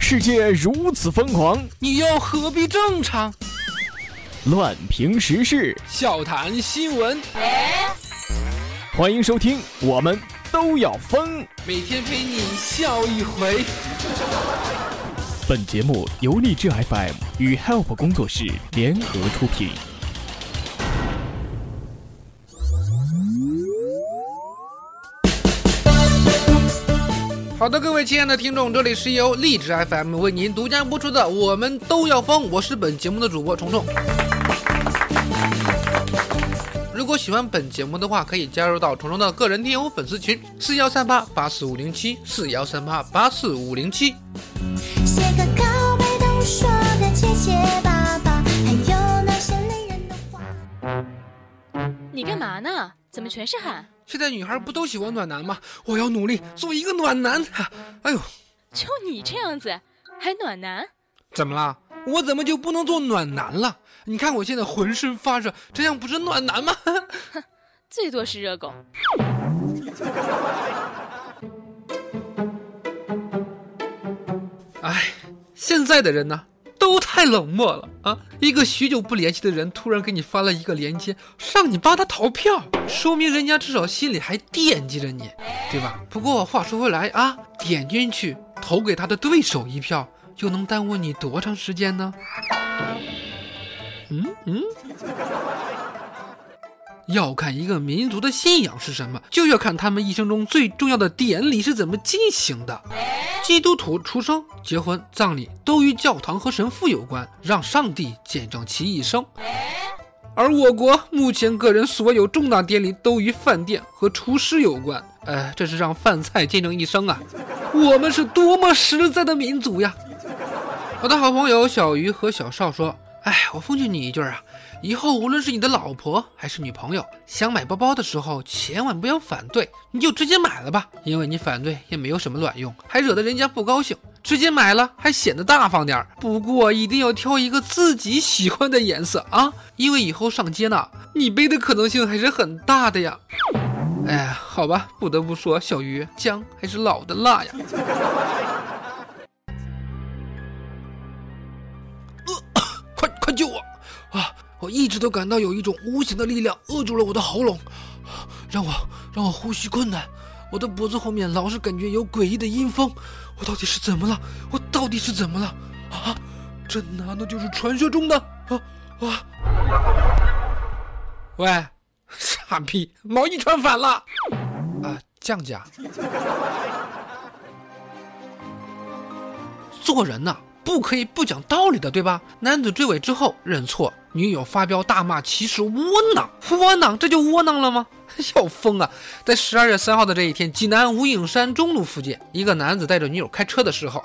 世界如此疯狂， 你又何必正常？ 乱评时事， 笑谈新闻， 欢迎收听，我们都要疯， 每天陪你笑一回。 本节目由励志 FM 与 Help 工作室联合出品。 好的，各位亲爱的听众，这里是由励志 FM 为您独家播出的《我们都要疯》，我是本节目的主播虫虫。如果喜欢本节目的话，可以加入到虫虫的个人听友粉丝群4138845507 4138845507。 写个告白都说个结结巴巴，还有那些累人的话。 你干嘛呢？怎么全是汗？ 现在女孩不都喜欢暖男吗？我要努力做一个暖男。哎呦， 就你这样子还暖男？ 怎么啦？我怎么就不能做暖男了？你看我现在浑身发热，这样不是暖男吗？ 最多是热狗。 哎，现在的人呢，都太冷漠了啊！一个许久不联系的人突然给你发了一个链接，让你帮他投票，说明人家至少心里还惦记着你，对吧？不过话说回来啊，点进去投给他的对手一票，又能耽误你多长时间呢？要看一个民族的信仰是什么，就要看他们一生中最重要的典礼是怎么进行的。基督徒出生、结婚、葬礼都与教堂和神父有关，让上帝见证其一生。而我国目前个人所有重大典礼都与饭店和厨师有关，这是让饭菜见证一生啊！我们是多么实在的民族呀！我的好朋友小鱼和小邵说，我奉劝你一句啊，以后无论是你的老婆还是女朋友，想买包包的时候千万不要反对，你就直接买了吧，因为你反对也没有什么卵用，还惹得人家不高兴。直接买了还显得大方点，不过一定要挑一个自己喜欢的颜色啊，因为以后上街呢，你背的可能性还是很大的呀。好吧，不得不说，小鱼姜还是老的辣呀。快救我啊！我一直都感到有一种无形的力量扼住了我的喉咙，让我呼吸困难。我的脖子后面老是感觉有诡异的阴风，我到底是怎么了？啊！这难道就是传说中的喂，傻逼，毛衣穿反了降价。做人呐，不可以不讲道理的，对吧？男子追尾之后认错，女友发飙大骂其实窝囊，这就窝囊了吗？要疯啊！在12月3号的这一天，济南无影山中路附近，一个男子带着女友开车的时候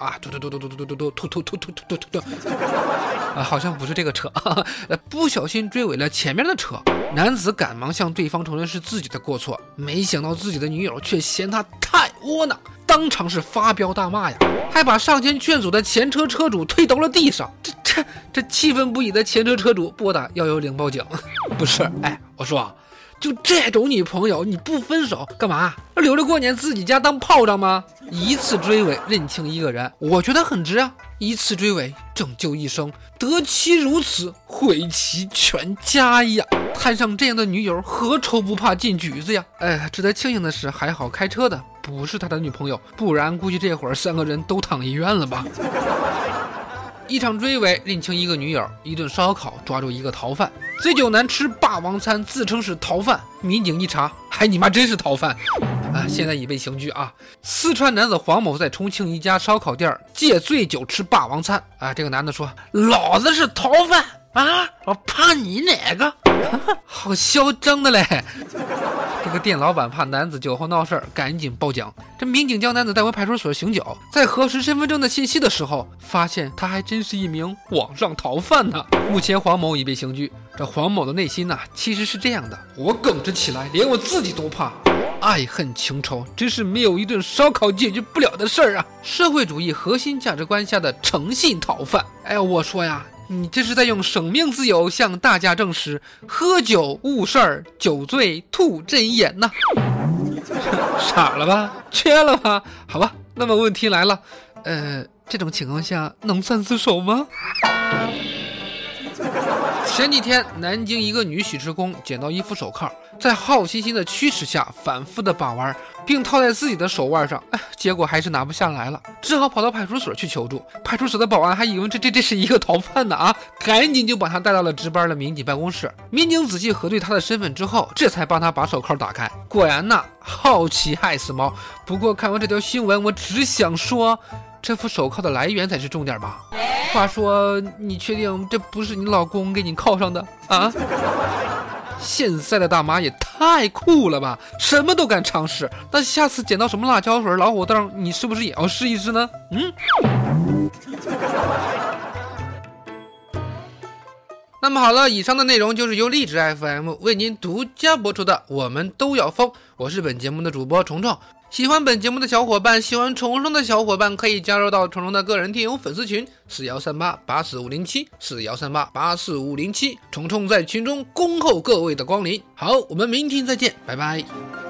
好像不是这个车，不小心追尾了前面的车。男子赶忙向对方承认是自己的过错，没想到自己的女友却嫌他太窝囊，当场是发飙大骂呀，还把上前劝阻的前车车主推到了地上。这气愤不已的前车车主拨打110报警。不是，我说就这种女朋友你不分手干嘛？留着过年自己家当炮仗吗？一次追尾认清一个人，我觉得很值啊！一次追尾拯救一生，得其如此，毁其全家呀！摊上这样的女友，何愁不怕进局子呀？值得庆幸的是，还好开车的不是他的女朋友，不然估计这会儿3个人都躺医院了吧。一场追尾认清一个女友，一顿烧烤抓住一个逃犯，醉酒男吃霸王餐自称是逃犯，民警一查，还你妈真是逃犯现在已被刑拘啊。四川男子黄某在重庆一家烧烤店借醉酒吃霸王餐这个男的说，老子是逃犯我怕你哪个？好嚣张的嘞！这个店老板怕男子酒后闹事，赶紧报警。这民警将男子带回派出所醒酒，在核实身份证的信息的时候，发现他还真是一名网上逃犯呢。目前黄某已被刑拘。这黄某的内心其实是这样的：我耿直起来，连我自己都怕。爱恨情仇真是没有一顿烧烤解决不了的事儿啊！社会主义核心价值观下的诚信逃犯。我说呀，你这是在用生命自由向大家证实喝酒误事儿，酒醉吐真言呐。傻了吧？缺了吧？好吧，那么问题来了， 这种情况下能算自首吗？前几天，南京一个女洗车工捡到一副手铐，在好奇心的驱使下，反复的把玩，并套在自己的手腕上，结果还是拿不下来了，只好跑到派出所去求助。派出所的保安还以为这是一个逃犯呢啊，赶紧就把他带到了值班的民警办公室。民警仔细核对他的身份之后，这才帮他把手铐打开。果然呐，好奇害死猫。不过看完这条新闻，我只想说，这副手铐的来源才是重点吧。话说，你确定这不是你老公给你铐上的啊？现在的大妈也太酷了吧，什么都敢尝试。那下次捡到什么辣椒水、老虎凳，你是不是也要试一试呢？那么好了，以上的内容就是由荔枝 FM 为您独家播出的我们都要疯，我是本节目的主播虫虫。喜欢本节目的小伙伴，喜欢虫虫的小伙伴可以加入到虫虫的个人听友粉丝群41388455074138845507，虫虫在群中恭候各位的光临。好，我们明天再见，拜拜。